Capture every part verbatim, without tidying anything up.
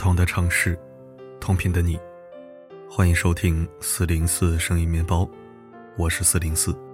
同的城市，同频的你，欢迎收听四零四声音面包，我是四零四。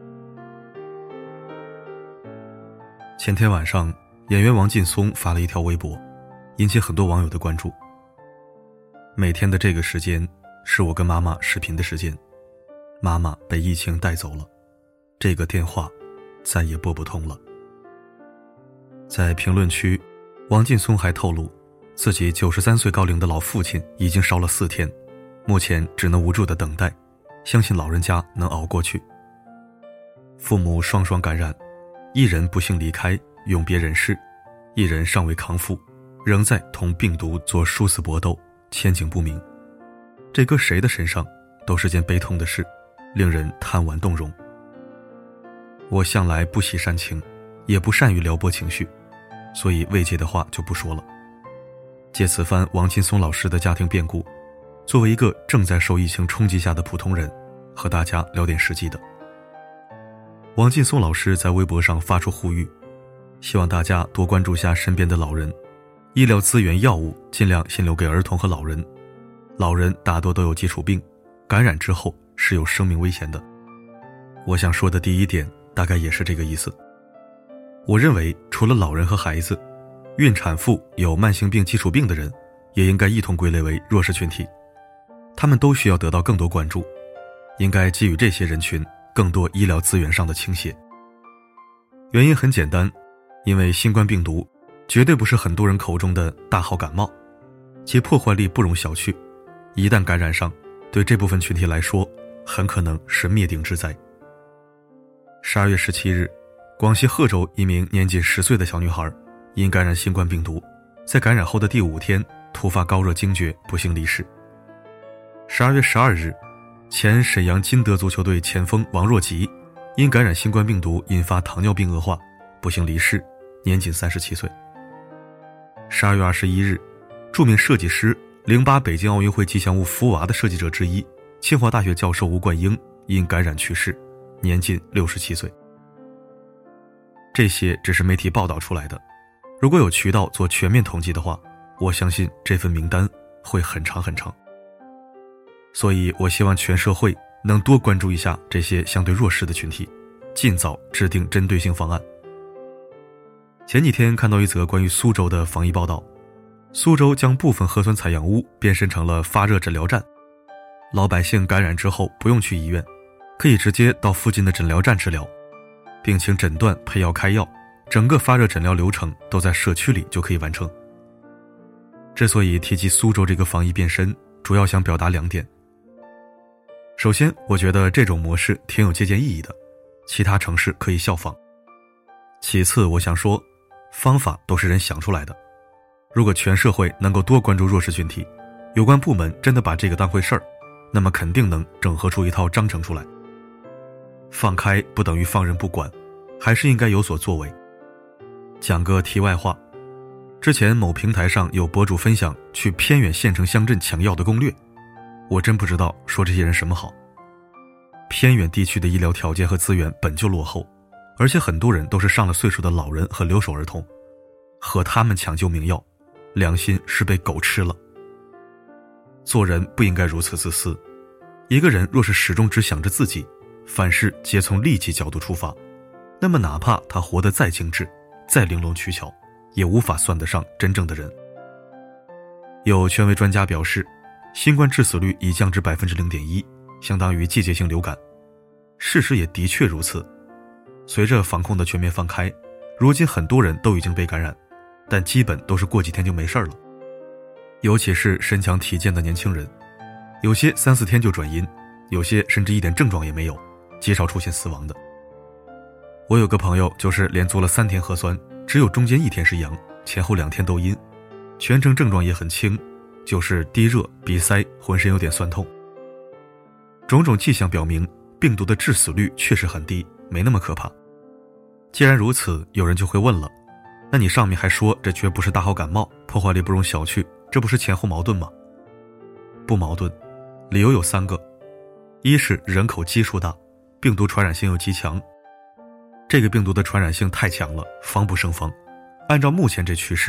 前天晚上，演员王劲松发了一条微博，引起很多网友的关注。每天的这个时间是我跟妈妈视频的时间，妈妈被疫情带走了，这个电话再也拨不通了。在评论区，王劲松还透露自己九十三岁高龄的老父亲已经烧了四天，目前只能无助的等待，相信老人家能熬过去。父母双双感染，一人不幸离开，永别人世，一人尚未康复，仍在同病毒做殊死搏斗，前景不明。这搁谁的身上都是件悲痛的事，令人叹惋动容。我向来不喜煽情，也不善于撩拨情绪，所以慰藉的话就不说了。借此番王劲松老师的家庭变故，作为一个正在受疫情冲击下的普通人，和大家聊点实际的。王劲松老师在微博上发出呼吁，希望大家多关注下身边的老人，医疗资源药物尽量先留给儿童和老人。老人大多都有基础病，感染之后是有生命危险的。我想说的第一点大概也是这个意思。我认为除了老人和孩子，孕产妇、有慢性病基础病的人也应该一同归类为弱势群体，他们都需要得到更多关注，应该给予这些人群更多医疗资源上的倾斜。原因很简单，因为新冠病毒绝对不是很多人口中的大号感冒，其破坏力不容小觑，一旦感染上，对这部分群体来说很可能是灭顶之灾。十二月十七日，广西贺州一名年仅十岁的小女孩因感染新冠病毒，在感染后的第五天突发高热惊厥，不幸离世。十二月十二日，前沈阳金德足球队前锋王若吉因感染新冠病毒引发糖尿病恶化，不幸离世，年仅三十七岁。十二月二十一日，著名设计师、零八北京奥运会吉祥物福娃的设计者之一、清华大学教授吴冠英因感染去世，年仅六十七岁。这些只是媒体报道出来的，如果有渠道做全面统计的话，我相信这份名单会很长很长。所以我希望全社会能多关注一下这些相对弱势的群体，尽早制定针对性方案。前几天看到一则关于苏州的防疫报道，苏州将部分核酸采样屋变身成了发热诊疗站，老百姓感染之后不用去医院，可以直接到附近的诊疗站治疗，病情诊断、配药、开药，整个发热诊疗流程都在社区里就可以完成。之所以提及苏州这个防疫变身，主要想表达两点。首先，我觉得这种模式挺有借鉴意义的，其他城市可以效仿。其次，我想说，方法都是人想出来的。如果全社会能够多关注弱势群体，有关部门真的把这个当回事儿，那么肯定能整合出一套章程出来。放开不等于放任不管，还是应该有所作为。讲个题外话，之前某平台上有博主分享去偏远县城乡镇抢药的攻略，我真不知道说这些人什么好。偏远地区的医疗条件和资源本就落后，而且很多人都是上了岁数的老人和留守儿童，和他们抢救名药，良心是被狗吃了。做人不应该如此自私，一个人若是始终只想着自己，凡事皆从利己角度出发，那么哪怕他活得再精致，再玲珑取巧，也无法算得上真正的人。有权威专家表示，新冠致死率已降至 百分之零点一， 相当于季节性流感。事实也的确如此，随着防控的全面放开，如今很多人都已经被感染，但基本都是过几天就没事了。尤其是身强体健的年轻人，有些三四天就转阴，有些甚至一点症状也没有，极少出现死亡的。我有个朋友就是连做了三天核酸，只有中间一天是阳，前后两天都阴，全程症状也很轻，就是低热、鼻塞、浑身有点酸痛。种种迹象表明，病毒的致死率确实很低，没那么可怕。既然如此，有人就会问了，那你上面还说这绝不是大号感冒，破坏力不容小觑，这不是前后矛盾吗？不矛盾，理由有三个。一是人口基数大，病毒传染性又极强，这个病毒的传染性太强了，防不胜防。按照目前这趋势，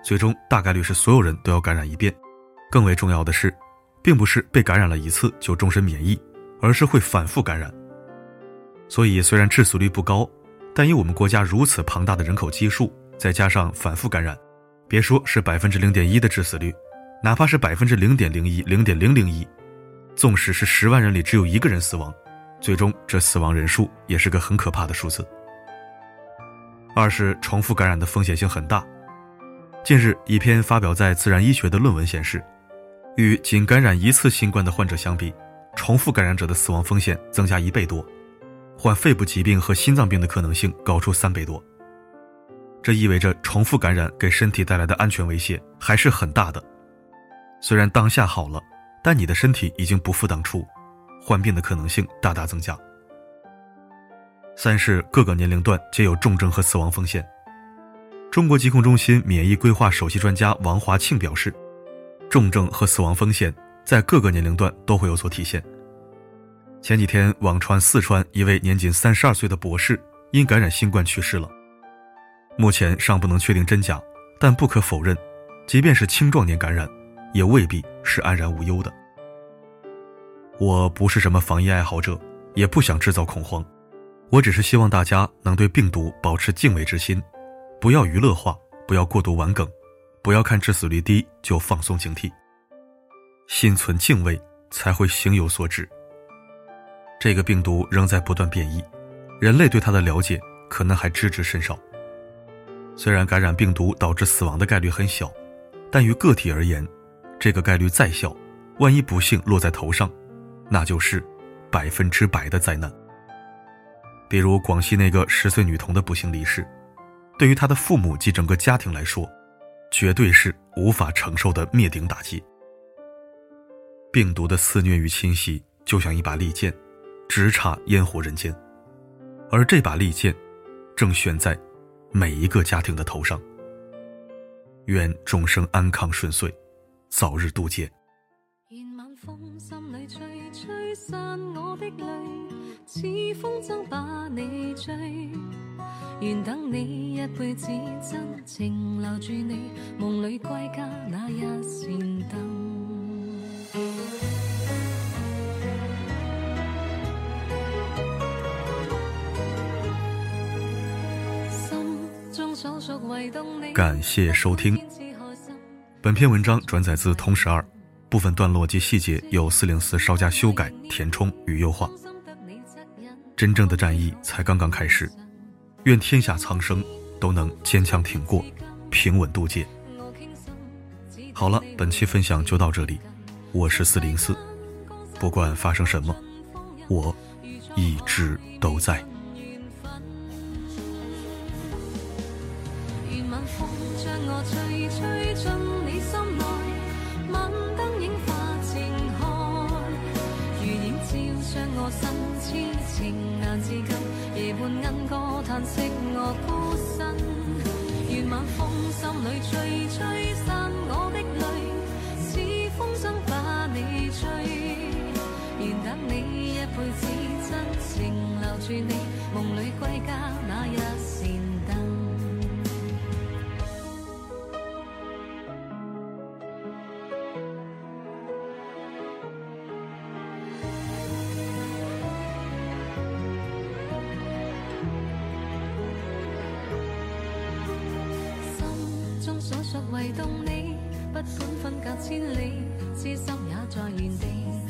最终大概率是所有人都要感染一遍。更为重要的是，并不是被感染了一次就终身免疫，而是会反复感染。所以虽然致死率不高，但以我们国家如此庞大的人口基数，再加上反复感染，别说是 百分之零点一 的致死率，哪怕是 百分之零点零一、零点零零一， 纵使是十万人里只有一个人死亡，最终这死亡人数也是个很可怕的数字。二是重复感染的风险性很大。近日一篇发表在《自然医学》的论文显示，与仅感染一次新冠的患者相比，重复感染者的死亡风险增加一倍多，患肺部疾病和心脏病的可能性高出三倍多。这意味着重复感染给身体带来的安全威胁还是很大的。虽然当下好了，但你的身体已经不复当初，患病的可能性大大增加。三是各个年龄段皆有重症和死亡风险。中国疾控中心免疫规划首席专家王华庆表示，重症和死亡风险在各个年龄段都会有所体现。前几天网传四川一位年仅三十二岁的博士因感染新冠去世了。目前尚不能确定真假，但不可否认，即便是青壮年感染，也未必是安然无忧的。我不是什么防疫爱好者，也不想制造恐慌，我只是希望大家能对病毒保持敬畏之心，不要娱乐化，不要过度玩梗，不要看致死率低就放松警惕，心存敬畏才会行有所指。这个病毒仍在不断变异，人类对它的了解可能还知之甚少。虽然感染病毒导致死亡的概率很小，但于个体而言，这个概率再小，万一不幸落在头上，那就是百分之百的灾难。比如广西那个十岁女童的不幸离世，对于她的父母及整个家庭来说，绝对是无法承受的灭顶打击。病毒的肆虐与侵袭就像一把利剑，直插烟火人间，而这把利剑正悬在每一个家庭的头上。愿众生安康顺遂，早日渡劫。 願晚風心裏吹吹散我的淚，似風箏把你追，願等你一輩子真情留住你，夢裏歸家那一扇燈。 感谢收听。本篇文章转载自通识二，部分段落及细节由四零四稍加修改、填充与优化。真正的战役才刚刚开始，愿天下苍生都能坚强挺过，平稳渡劫。好了，本期分享就到这里，我是四零四，不管发生什么，我一直都在。 將我吹吹進你心內，晚燈映化情開，如映照將我身痴情難自禁，夜半鶯歌嘆息我孤身，願晚風心裏吹吹散我的淚，似風箏把你追，願等你一輩子真情留住你，夢裏歸家那一扇燈。中所屬唯動你，不管分隔千里，痴心也在原地。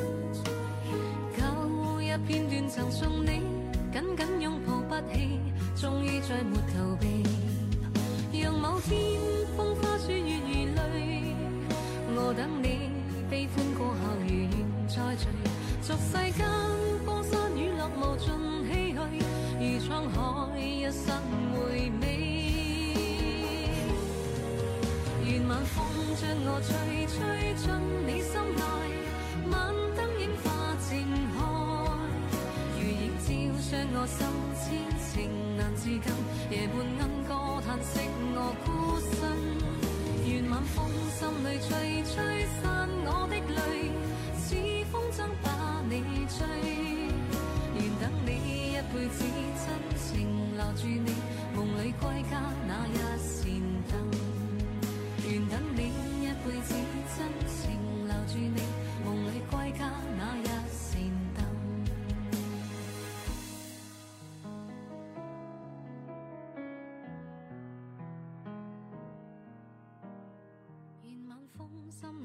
舊日片段曾送你，緊緊擁抱不棄，終於再沒逃避。讓某天風花雪月如淚，我等你悲歡過後如願再聚。俗世間江山雨落無盡唏噓，如滄海一生回味。願晚風將我吹吹進你心內，晚燈映化情開，如映照將我心痴情難自禁，夜半鶯歌嘆息我孤身。願晚風心裏吹吹散我的淚，似風箏把你追，願等你一輩子真情留住你，夢裏歸家那一扇燈。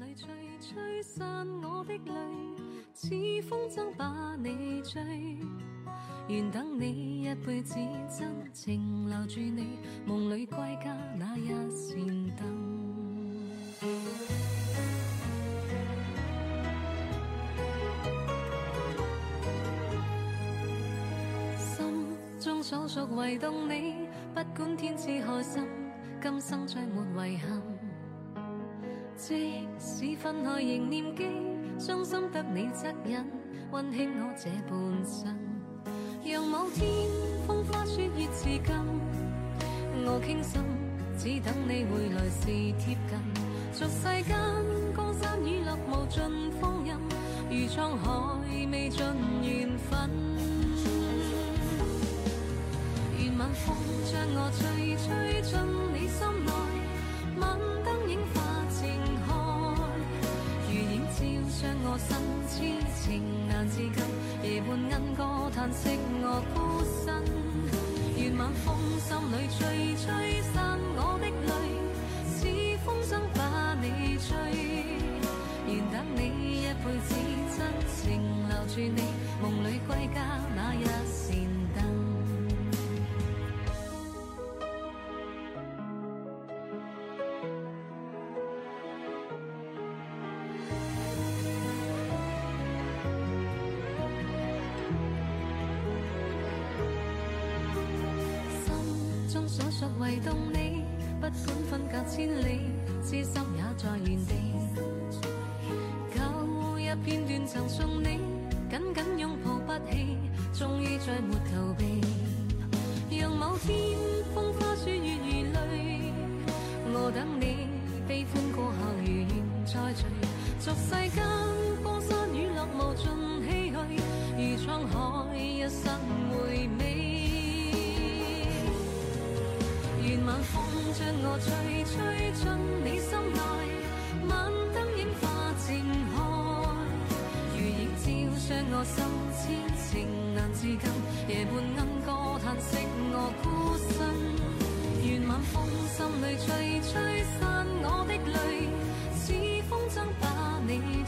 里吹吹散我的泪，似风筝把你追。愿等你一辈子真情留住你，梦里归家那一扇灯。心中所属唯动你，不管天知海深，今生再没遗憾。即使分开仍念记，伤心得你恻隐，温馨我这半生。让某天风花雪月至今，我倾心，只等你回來時貼近。俗世間江山雨落無盡phong蔭，如滄海未盡緣分。願晚風將我吹吹進你心內，晚燈映化情開，如影照將我身痴情難自禁。夜半鶯歌嘆息我孤身，願晚風心裏吹吹散我的淚，似風箏把你追。願等你一輩子真情留住你，夢裏歸家那一扇燈。唯動你，不管分隔千里，痴心也在原地。舊日片段曾送你，緊緊擁抱不棄，終於再沒逃避。讓某天風花雪月如淚，我等你悲歡過後如願再聚。俗世間江山雨落無盡唏噓，如滄海一生回味。願晚風將我吹吹進你心內，晚燈映化情開，如影照將我心痴情難自禁。夜半鶯歌嘆息我孤身，願晚風心裏吹吹散我的淚，似風箏把你